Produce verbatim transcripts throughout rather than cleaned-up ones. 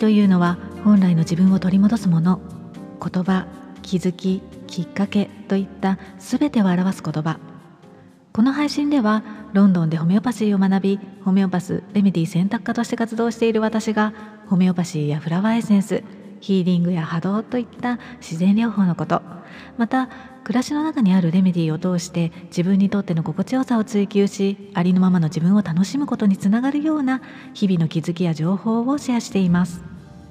というのは本来の自分を取り戻すもの。言葉、気づき、きっかけといった全てを表す言葉。この配信ではロンドンでホメオパシーを学び、ホメオパスレメディ選択科として活動している私が、ホメオパシーやフラワーエッセンス、ヒーリングや波動といった自然療法のこと、また暮らしの中にあるレメディを通して自分にとっての心地よさを追求し、ありのままの自分を楽しむことにつながるような日々の気づきや情報をシェアしています。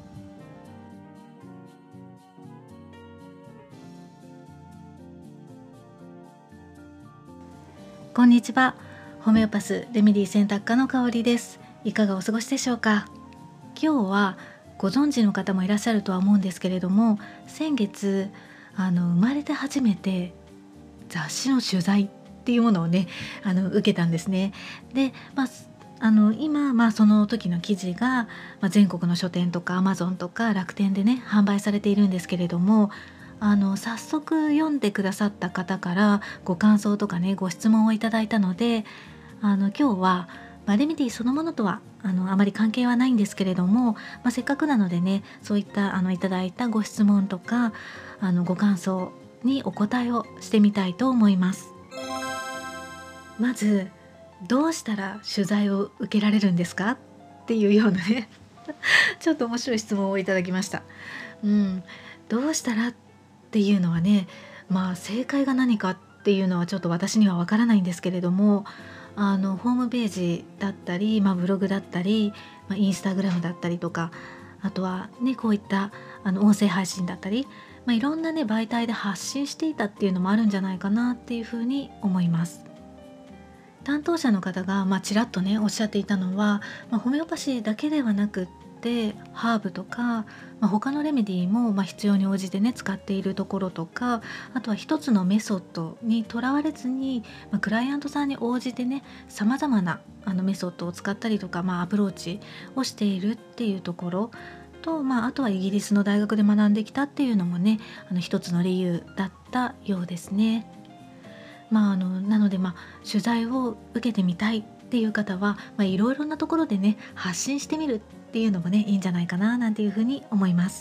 こんにちは。ホメオパスレメディ選択科の香りです。いかがお過ごしでしょうか。今日はご存知の方もいらっしゃるとは思うんですけれども、先月あの生まれて初めて雑誌の取材っていうものをねあの受けたんですね。で、まあ、あの今、まあ、その時の記事が、まあ、全国の書店とかアマゾンとか楽天でね販売されているんですけれども、あの早速読んでくださった方からご感想とかねご質問をいただいたので、あの今日は、まあ、レメディそのものとはあのあまり関係はないんですけれども、まあ、せっかくなのでねそういったあのいただいたご質問とかあのご感想にお答えをしてみたいと思います。まず、どうしたら取材を受けられるんですかっていうようなねちょっと面白い質問をいただきました。うん、どうしたらっていうのはね、まあ正解が何かっていうのはちょっと私にはわからないんですけれども、あのホームページだったり、まあ、ブログだったり、まあ、インスタグラムだったりとか、あとはねこういったあの音声配信だったり、まあ、いろんなね媒体で発信していたっていうのもあるんじゃないかなっていうふうに思います。担当者の方が、まあ、ちらっとねおっしゃっていたのは、まあ、ホメオパシーだけではなくってハーブとか、まあ、他のレメディーも、まあ、必要に応じてね使っているところとか、あとは一つのメソッドにとらわれずに、まあ、クライアントさんに応じてねさまざまなあのメソッドを使ったりとか、まあ、アプローチをしているっていうところと、まあ、あとはイギリスの大学で学んできたっていうのもねあの一つの理由だったようですね。まあ、あのなので、まあ、取材を受けてみたいっていう方は、まあ、いろいろなところでね発信してみるっていうのもねいいんじゃないかななんていうふうに思います。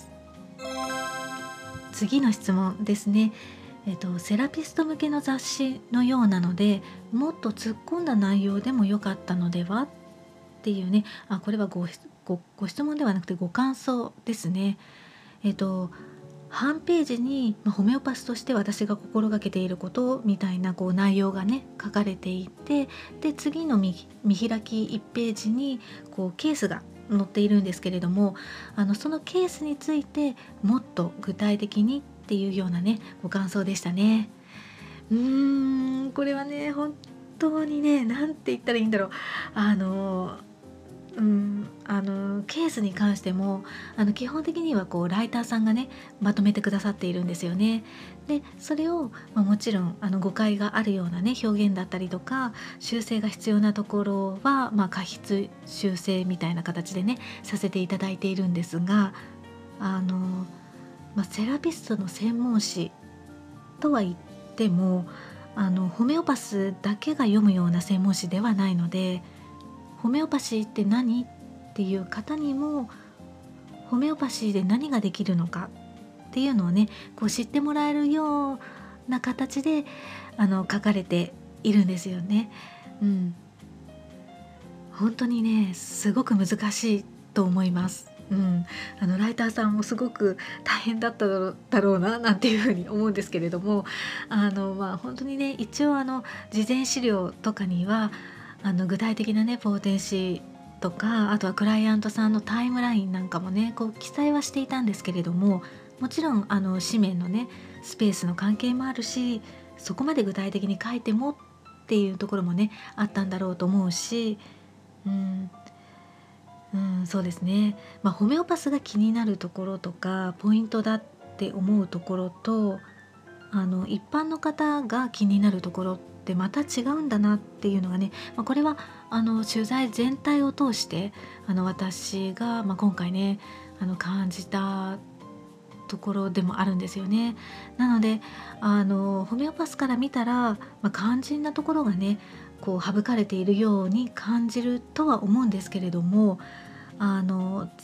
次の質問ですね。えっと、セラピスト向けの雑誌のようなのでもっと突っ込んだ内容でもよかったのではっていうね、あこれはご、ご、ご質問ではなくてご感想ですね。えっと半ページに、まあ、ホメオパスとして私が心がけていることみたいなこう内容がね書かれていて、で次の 見, 見開きいちページにこうケースが載っているんですけれども、あのそのケースについてもっと具体的にっていうようなねご感想でしたね。うーんこれはね本当にねなんて言ったらいいんだろう。あのうん、あのケースに関してもあの基本的にはこうライターさんがねまとめてくださっているんですよね。でそれを、まあ、もちろんあの誤解があるようなね表現だったりとか修正が必要なところは、まあ、過失修正みたいな形でねさせていただいているんですが、あの、まあ、セラピストの専門誌とは言ってもあのホメオパスだけが読むような専門誌ではないので、ホメオパシーって何っていう方にもホメオパシーで何ができるのかっていうのをねこう知ってもらえるような形であの書かれているんですよね。うん、本当にねすごく難しいと思います。うん、あのライターさんもすごく大変だっただろうだろうななんていうふうに思うんですけれども、あの、まあ、本当にね一応あの事前資料とかにはあの具体的なねポーテンシーとか、あとはクライアントさんのタイムラインなんかもねこう記載はしていたんですけれども、もちろんあの紙面のねスペースの関係もあるし、そこまで具体的に書いてもっていうところもねあったんだろうと思うし、うんうん、そうですね、まあ、ホメオパスが気になるところとかポイントだって思うところと、あの一般の方が気になるところってまた違うんだなっていうのがね、まあ、これはあの取材全体を通してあの私が、まあ、今回ねあの感じたところでもあるんですよね。なのであのホメオパスから見たら、まあ、肝心なところがねこう省かれているように感じるとは思うんですけれども、あのざっ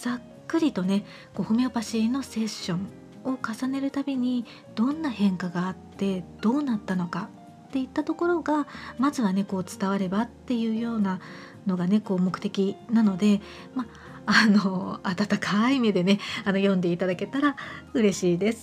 くりとねこうホメオパシーのセッションを重ねるたびにどんな変化があってどうなったのかっていったところがまずはねこう伝わればっていうようなのがねこう目的なので、まあの温かい目でねあの読んでいただけたら嬉しいです。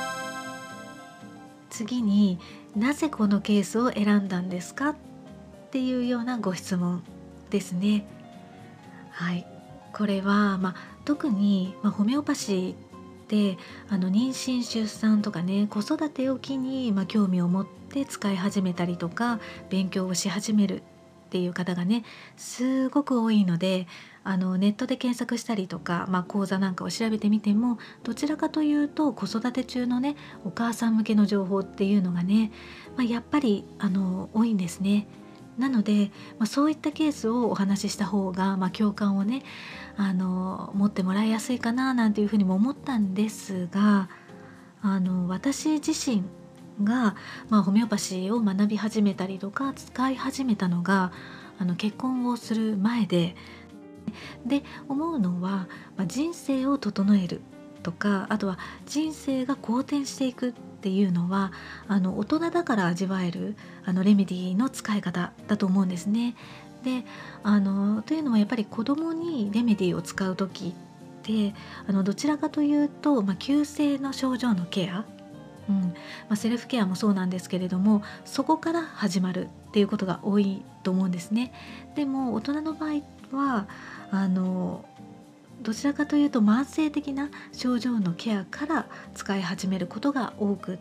次に、なぜこのケースを選んだんですかっていうようなご質問ですね。はい、これは、まあ、特に、まあ、ホメオパシーってあの妊娠出産とかね子育てを機に、まあ、興味を持って使い始めたりとか勉強をし始めるっていう方がねすごく多いので、あのネットで検索したりとか、まあ、講座なんかを調べてみてもどちらかというと子育て中のねお母さん向けの情報っていうのがね、まあ、やっぱりあの多いんですね。なので、まあ、そういったケースをお話しした方が、まあ、共感をねあの持ってもらいやすいかななんていうふうにも思ったんですが、あの私自身が、まあ、ホメオパシーを学び始めたりとか使い始めたのがあの結婚をする前でで思うのは、まあ、人生を整えるとか、あとは人生が好転していくっていうのはあの大人だから味わえるあのレメディの使い方だと思うんですね。であのというのはやっぱり子供にレメディを使う時ってあのどちらかというと、まあ、急性の症状のケア、うんまあ、セルフケアもそうなんですけれどもそこから始まるっていうことが多いと思うんですね。でも大人の場合はあのどちらかというと慢性的な症状のケアから使い始めることが多くって、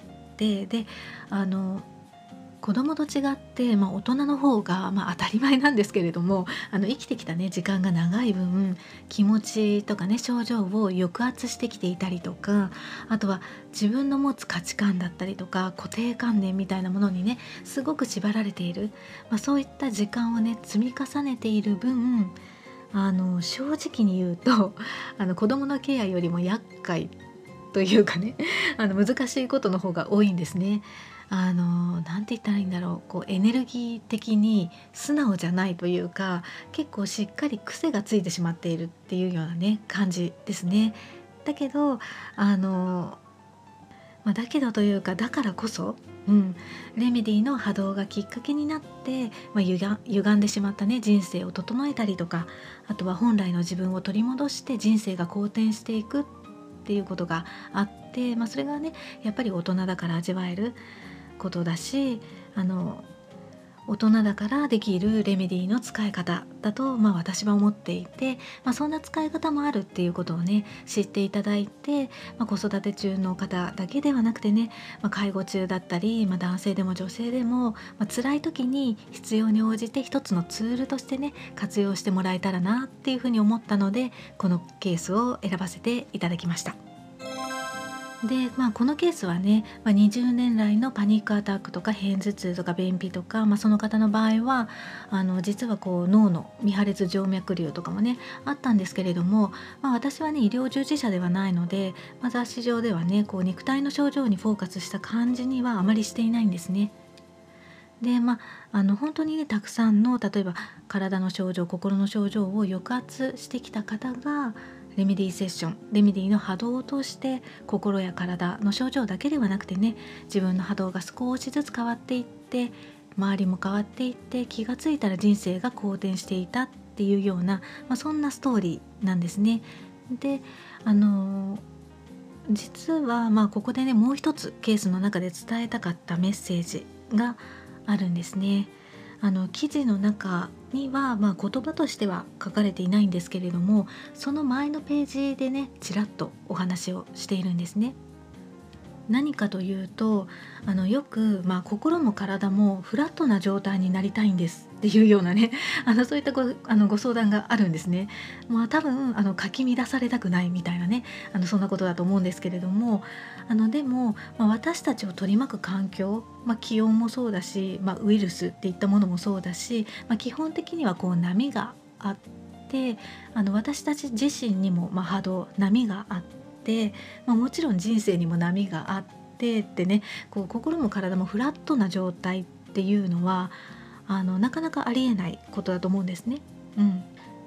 であの子供と違って、まあ、大人の方が、まあ、当たり前なんですけれどもあの生きてきたね時間が長い分気持ちとかね症状を抑圧してきていたりとか、あとは自分の持つ価値観だったりとか固定観念みたいなものにねすごく縛られている、まあ、そういった時間をね積み重ねている分あの正直に言うとあの子供のケアよりも厄介というかねあの難しいことの方が多いんですね。あのなんて言ったらいいんだろう、こうエネルギー的に素直じゃないというか結構しっかり癖がついてしまっているっていうようなね感じですね。だけどあの、まあ、だけどというかだからこそ、うん、レメディの波動がきっかけになって、まあ、歪歪んでしまったね人生を整えたりとか、あとは本来の自分を取り戻して人生が好転していくっていうことがあって、まあ、それがねやっぱり大人だから味わえることだし、あの大人だからできるレメディの使い方だと、まあ、私は思っていて、まあ、そんな使い方もあるっていうことをね知っていただいて、まあ、子育て中の方だけではなくてね、まあ、介護中だったり、まあ、男性でも女性でも、まあ、辛い時に必要に応じて一つのツールとしてね活用してもらえたらなっていうふうに思ったのでこのケースを選ばせていただきました。で、まあ、このケースはね、まあ、にじゅうねん来のパニックアタックとか片頭痛とか便秘とか、まあ、その方の場合はあの実はこう脳の未破裂静脈瘤とかもねあったんですけれども、まあ、私はね医療従事者ではないので、まあ、雑誌上ではねこう肉体の症状にフォーカスした感じにはあまりしていないんですね。でまあ、あの本当にねたくさんの例えば体の症状心の症状を抑圧してきた方がレメディセッションレメディの波動を通して心や体の症状だけではなくてね自分の波動が少しずつ変わっていって周りも変わっていって気がついたら人生が好転していたっていうような、まあ、そんなストーリーなんですね。であの実はまあここでねもう一つケースの中で伝えたかったメッセージがあるんですね。あの記事の中には、まあ、言葉としては書かれていないんですけれどもその前のページでねちらっとお話をしているんですね。何かというとあのよく、まあ、心も体もフラットな状態になりたいんですっていうようなねあのそういったごあのご相談があるんですね。まあ、多分あのかき乱されたくないみたいなねあのそんなことだと思うんですけれども、あのでも、まあ、私たちを取り巻く環境、まあ、気温もそうだし、まあ、ウイルスっていったものもそうだし、まあ、基本的にはこう波があってあの私たち自身にも、まあ、波動波があって。でまあ、もちろん人生にも波があってってねこう心も体もフラットな状態っていうのはあのなかなかありえないことだと思うんですね。うん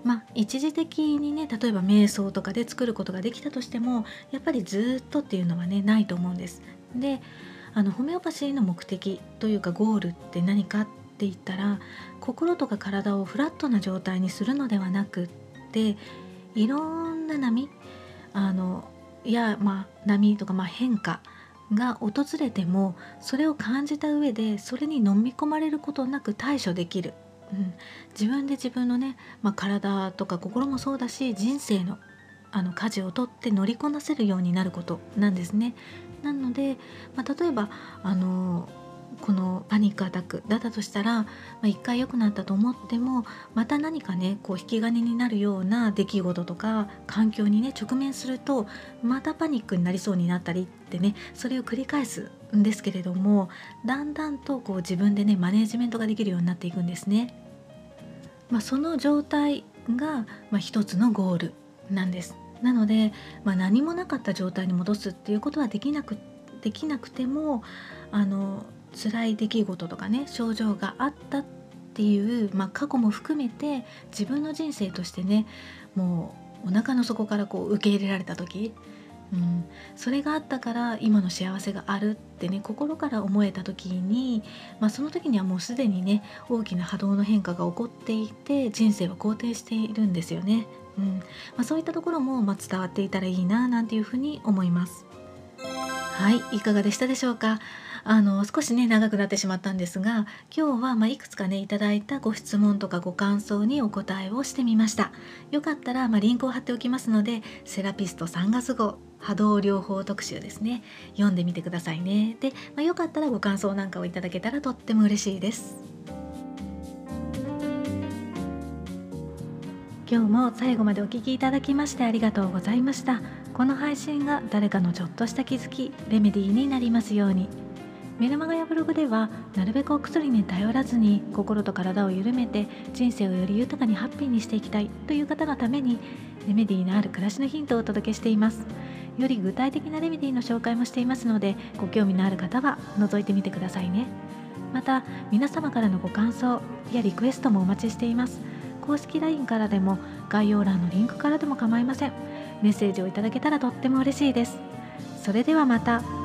まあ、一時的にね、例えば瞑想とかで作ることができたとしても、やっぱりずっとっていうのはね、ないと思うんです。で、あのホメオパシーの目的というかゴールって何かって言ったら、心とか体をフラットな状態にするのではなくって、いろんな波、あのいや、まあ、波とか、まあ、変化が訪れても、それを感じた上でそれに飲み込まれることなく対処できる、うん、自分で自分のね、まあ、体とか心もそうだし、人生のあの舵を取って乗りこなせるようになることなんですね。なので、まあ、例えばあのこのパニックアタックだったとしたら、まあ、一回良くなったと思っても、また何かねこう引き金になるような出来事とか環境にね直面すると、またパニックになりそうになったりってね、それを繰り返すんですけれども、だんだんとこう自分でねマネジメントができるようになっていくんですね。まあ、その状態が、まあ、一つのゴールなんです。なので、まあ、何もなかった状態に戻すっていうことはできなくできなくても、あの辛い出来事とかね症状があったっていう、まあ、過去も含めて自分の人生としてね、もうお腹の底からこう受け入れられた時、うん、それがあったから今の幸せがあるってね心から思えた時に、まあ、その時にはもうすでにね大きな波動の変化が起こっていて、人生は好転しているんですよね。うんまあ、そういったところも、まあ、伝わっていたらいいななんていうふうに思います。はい、いかがでしたでしょうか。あの少しね長くなってしまったんですが、今日はまあいくつかねいただいたご質問とかご感想にお答えをしてみました。よかったらまあリンクを貼っておきますので、セラピストさんがつ号波動療法特集ですね、読んでみてくださいね。で、まあ、よかったらご感想なんかをいただけたらとっても嬉しいです。今日も最後までお聞きいただきましてありがとうございました。この配信が誰かのちょっとした気づき、レメディーになりますように。メルマガやブログでは、なるべくお薬に頼らずに心と体を緩めて人生をより豊かにハッピーにしていきたいという方のために、レメディーのある暮らしのヒントをお届けしています。より具体的なレメディーの紹介もしていますので、ご興味のある方は覗いてみてくださいね。また、皆様からのご感想やリクエストもお待ちしています。公式 ライン からでも概要欄のリンクからでも構いません。メッセージをいただけたらとっても嬉しいです。それではまた。